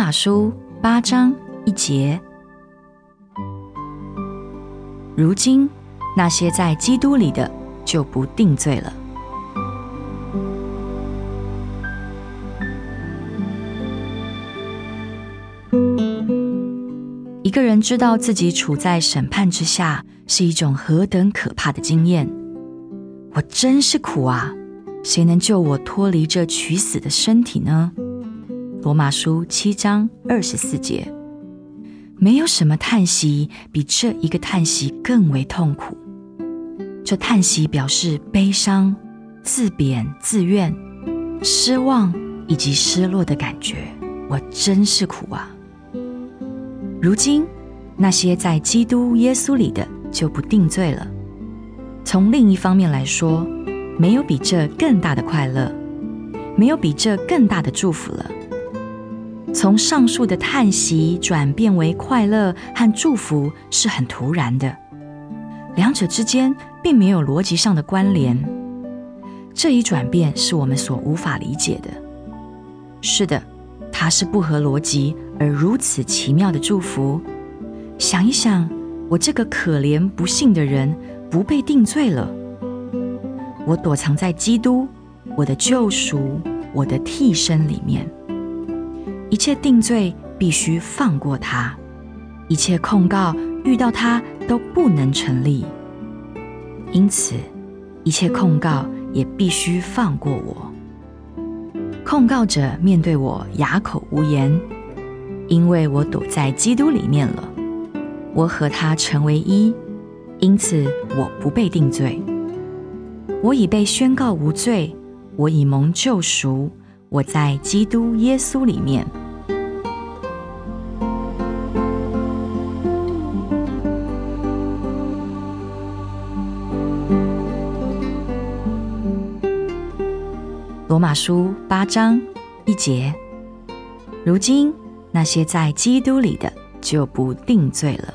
马书8章1节，如今那些在基督里的就不定罪了。一个人知道自己处在审判之下，是一种何等可怕的经验。我真是苦啊，谁能救我脱离这取死的身体呢？罗马书7章24节。没有什么叹息比这一个叹息更为痛苦。这叹息表示悲伤、自贬、自怨、失望以及失落的感觉。我真是苦啊！如今那些在基督耶稣里的就不定罪了。从另一方面来说，没有比这更大的快乐，没有比这更大的祝福了。从上述的叹息转变为快乐和祝福是很突然的，两者之间并没有逻辑上的关联。这一转变是我们所无法理解的。是的，它是不合逻辑而如此奇妙的祝福。想一想，我这个可怜不幸的人不被定罪了。我躲藏在基督，我的救赎，我的替身里面。一切定罪必须放过他，一切控告遇到他都不能成立。因此，一切控告也必须放过我。控告者面对我哑口无言，因为我躲在基督里面了。我和他成为一，因此我不被定罪。我已被宣告无罪，我已蒙救赎，我在基督耶稣里面。罗马书8章1节，如今那些在基督里的就不定罪了。